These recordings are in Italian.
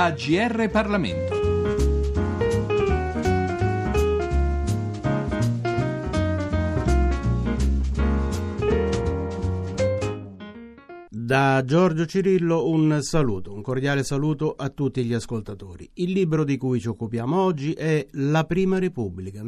AGR Parlamento. Da Giorgio Cirillo un saluto, un cordiale saluto a tutti gli ascoltatori. Il libro di cui ci occupiamo oggi è La Prima Repubblica,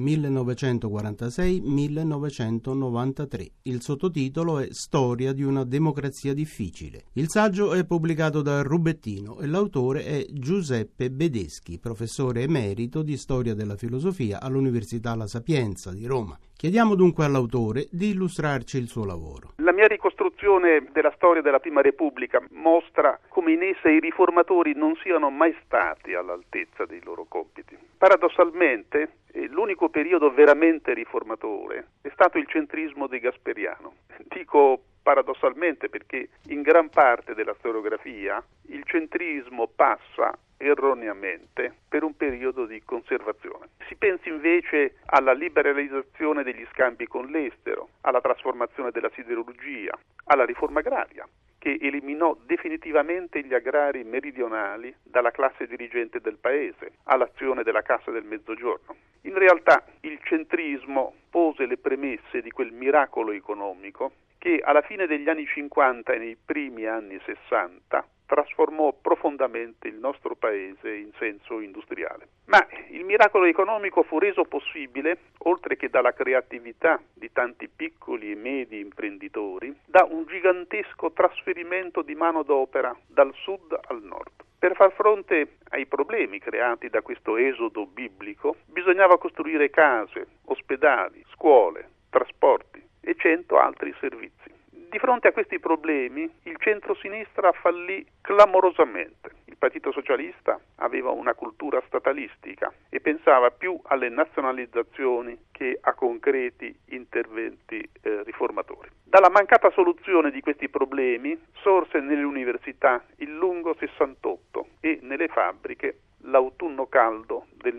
1946-1993. Il sottotitolo è Storia di una democrazia difficile. Il saggio è pubblicato da Rubettino e l'autore è Giuseppe Bedeschi, professore emerito di Storia della Filosofia all'Università La Sapienza di Roma. Chiediamo dunque all'autore di illustrarci il suo lavoro. La mia ricostruzione della storia della Prima Repubblica mostra come in essa i riformatori non siano mai stati all'altezza dei loro compiti. Paradossalmente, l'unico periodo veramente riformatore è stato il centrismo degasperiano. Dico paradossalmente perché in gran parte della storiografia il centrismo passa erroneamente per un periodo di conservazione. Si pensi invece alla liberalizzazione degli scambi con l'estero, alla trasformazione della siderurgia, alla riforma agraria, che eliminò definitivamente gli agrari meridionali dalla classe dirigente del paese, all'azione della Cassa del Mezzogiorno. In realtà il centrismo pose le premesse di quel miracolo economico che alla fine degli anni 50 e nei primi anni 60 trasformò profondamente il nostro paese in senso industriale. Ma il miracolo economico fu reso possibile, oltre che dalla creatività di tanti piccoli e medi imprenditori, da un gigantesco trasferimento di manodopera dal sud al nord. Per far fronte ai problemi creati da questo esodo biblico, bisognava costruire case, ospedali, scuole, trasporti e 100 altri servizi. Di fronte a questi problemi il centro-sinistra fallì clamorosamente. Il Partito Socialista aveva una cultura statalistica e pensava più alle nazionalizzazioni che a concreti interventi riformatori. Dalla mancata soluzione di questi problemi sorse nelle università il lungo 68 e nelle fabbriche l'autunno caldo del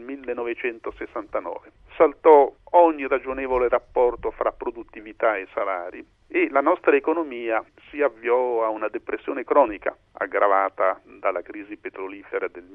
1969. Saltò ogni ragionevole rapporto fra produttività e salari e la nostra economia si avviò a una depressione cronica aggravata dalla crisi petrolifera del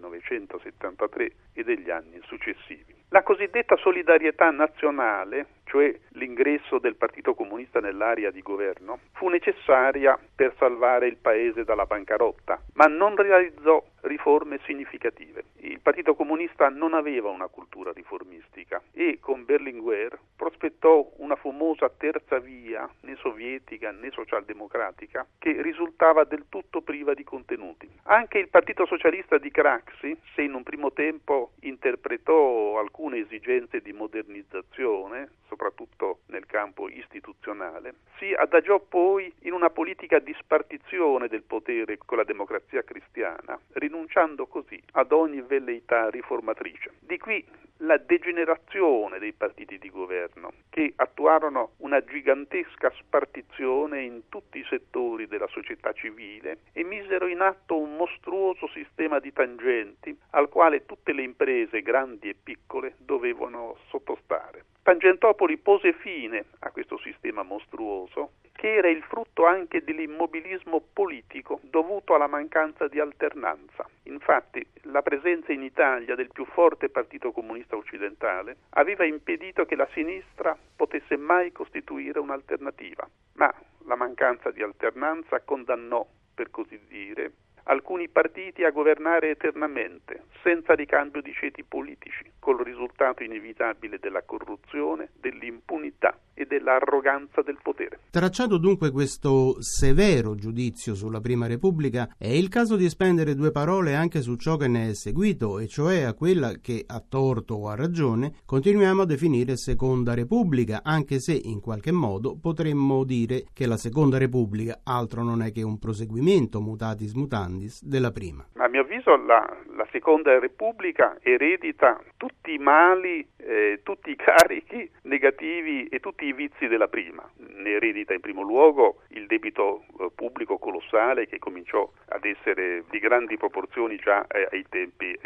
1973 e degli anni successivi. La cosiddetta solidarietà nazionale, cioè l'ingresso del Partito Comunista nell'area di governo, fu necessaria per salvare il paese dalla bancarotta, ma non realizzò riforme significative. Il Partito Comunista non aveva una cultura riformistica e con Berlinguer prospettò una fumosa terza via, né sovietica né socialdemocratica, che risultava del tutto priva di contenuti. Anche il Partito Socialista di Craxi, se in un primo tempo interpretò alcune esigenze di modernizzazione, soprattutto nel campo istituzionale, si adagiò poi in una politica di spartizione del potere con la democrazia cristiana, rinunciando così ad ogni velleità riformatrice. Di qui la degenerazione dei partiti di governo, che attuarono una gigantesca spartizione in tutti i settori della società civile e misero in atto un mostruoso sistema di tangenti al quale tutte le imprese, grandi e piccole, dovevano sottostare. Tangentopoli pose fine a questo sistema mostruoso, che era il frutto anche dell'immobilismo politico dovuto alla mancanza di alternanza. Infatti, la presenza in Italia del più forte partito comunista occidentale aveva impedito che la sinistra potesse mai costituire un'alternativa, ma la mancanza di alternanza condannò, per così dire, alcuni partiti a governare eternamente, senza ricambio di ceti politici, col risultato inevitabile della corruzione, dell'impunità e dell'arroganza del potere. Tracciato dunque questo severo giudizio sulla Prima Repubblica, è il caso di spendere due parole anche su ciò che ne è seguito, e cioè a quella che, a torto o a ragione, continuiamo a definire Seconda Repubblica, anche se in qualche modo potremmo dire che la Seconda Repubblica altro non è che un proseguimento mutatis mutandis della prima. A mio avviso la Seconda Repubblica eredita tutti i mali, tutti i carichi negativi e tutti i vizi della prima. Ne eredita in primo luogo il debito pubblico colossale, che cominciò ad essere di grandi proporzioni già ai tempi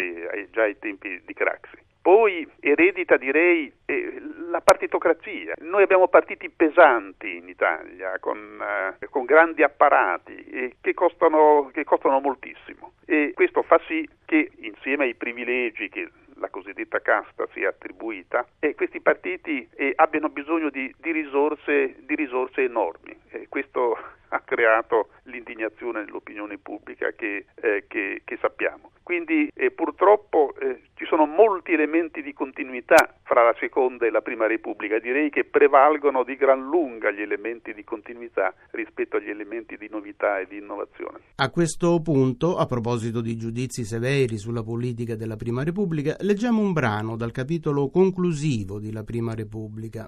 di Craxi. Poi eredita, direi, la partitocrazia. Noi abbiamo partiti pesanti in Italia, con grandi apparati che costano moltissimo. e questo fa sì che, insieme ai privilegi che la cosiddetta casta sia attribuita, e questi partiti abbiano bisogno di risorse enormi. Questo ha creato l'indignazione nell'opinione pubblica che sappiamo. Quindi purtroppo ci sono molti elementi di continuità fra la seconda e la prima Repubblica. Direi che prevalgono di gran lunga gli elementi di continuità rispetto agli elementi di novità e di innovazione. A questo punto, a proposito di giudizi severi sulla politica della Prima Repubblica, leggiamo un brano dal capitolo conclusivo di La Prima Repubblica,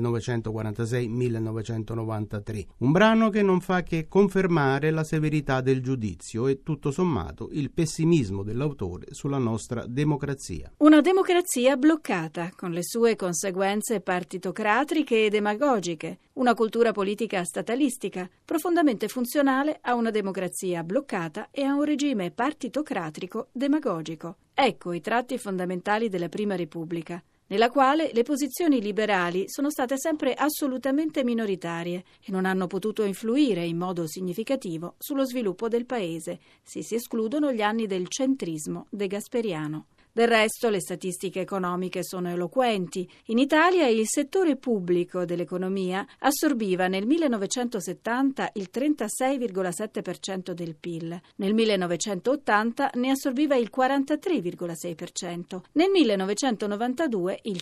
1946-1993. Un brano che non fa che confermare la severità del giudizio e, tutto sommato, il pessimismo dell'autore sulla nostra democrazia. Una democrazia bloccata, con le sue conseguenze partitocratiche e demagogiche, una cultura politica statalistica, profondamente funzionale a una democrazia bloccata e a un regime partitocratico demagogico. Ecco i tratti fondamentali della Prima Repubblica, nella quale le posizioni liberali sono state sempre assolutamente minoritarie e non hanno potuto influire in modo significativo sullo sviluppo del paese, se si escludono gli anni del centrismo degasperiano. Del resto, le statistiche economiche sono eloquenti. In Italia il settore pubblico dell'economia assorbiva nel 1970 il 36,7% del PIL, nel 1980 ne assorbiva il 43,6%, nel 1992 il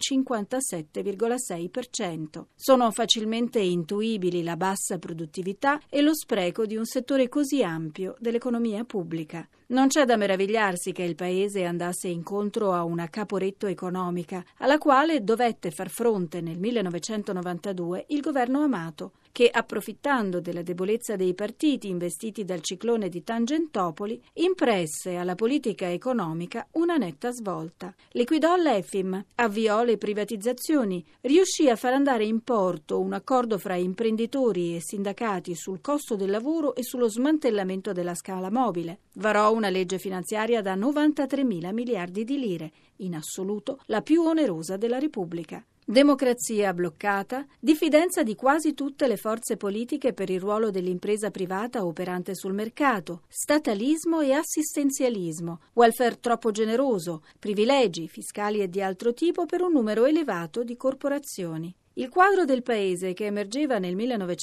57,6%. Sono facilmente intuibili la bassa produttività e lo spreco di un settore così ampio dell'economia pubblica. Non c'è da meravigliarsi che il Paese andasse incontro a una Caporetto economica, alla quale dovette far fronte nel 1992 il governo Amato, che, approfittando della debolezza dei partiti investiti dal ciclone di Tangentopoli, impresse alla politica economica una netta svolta. Liquidò l'Efim, avviò le privatizzazioni, riuscì a far andare in porto un accordo fra imprenditori e sindacati sul costo del lavoro e sullo smantellamento della scala mobile. Varò una legge finanziaria da 93.000 miliardi di lire, in assoluto la più onerosa della Repubblica. Democrazia bloccata, diffidenza di quasi tutte le forze politiche per il ruolo dell'impresa privata operante sul mercato, statalismo e assistenzialismo, welfare troppo generoso, privilegi fiscali e di altro tipo per un numero elevato di corporazioni. Il quadro del paese che emergeva nel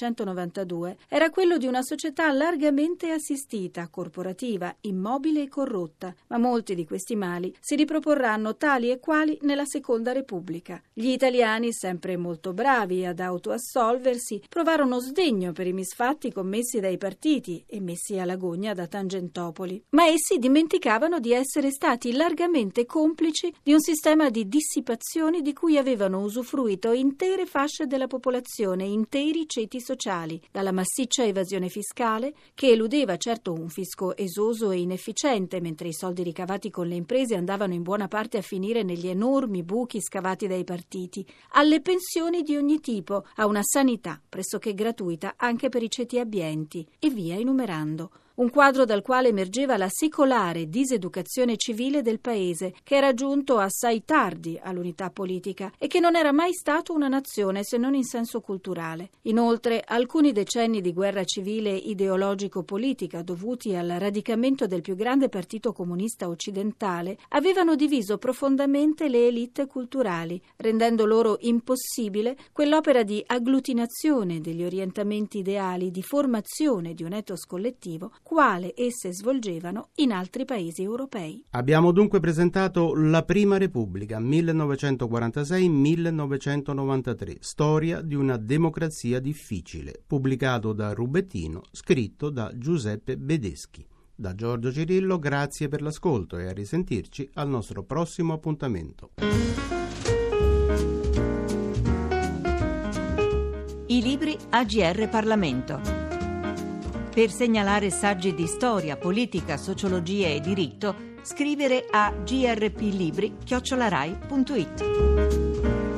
1992 era quello di una società largamente assistita, corporativa, immobile e corrotta, ma molti di questi mali si riproporranno tali e quali nella Seconda Repubblica. Gli italiani, sempre molto bravi ad autoassolversi, provarono sdegno per i misfatti commessi dai partiti e messi alla gogna da Tangentopoli, ma essi dimenticavano di essere stati largamente complici di un sistema di dissipazioni di cui avevano usufruito intere fasce della popolazione, interi ceti sociali, dalla massiccia evasione fiscale, che eludeva certo un fisco esoso e inefficiente, mentre i soldi ricavati con le imprese andavano in buona parte a finire negli enormi buchi scavati dai partiti, alle pensioni di ogni tipo, a una sanità pressoché gratuita anche per i ceti abbienti, e via enumerando. Un quadro dal quale emergeva la secolare diseducazione civile del paese, che era giunto assai tardi all'unità politica e che non era mai stato una nazione se non in senso culturale. Inoltre, alcuni decenni di guerra civile ideologico-politica dovuti al radicamento del più grande partito comunista occidentale avevano diviso profondamente le élite culturali, rendendo loro impossibile quell'opera di agglutinazione degli orientamenti ideali, di formazione di un ethos collettivo, quale esse svolgevano in altri paesi europei. Abbiamo dunque presentato La Prima Repubblica, 1946-1993, storia di una democrazia difficile, pubblicato da Rubettino, scritto da Giuseppe Bedeschi. Da Giorgio Cirillo, grazie per l'ascolto e a risentirci al nostro prossimo appuntamento. I libri AGR Parlamento. Per segnalare saggi di storia, politica, sociologia e diritto, scrivere a grplibri@rai.it.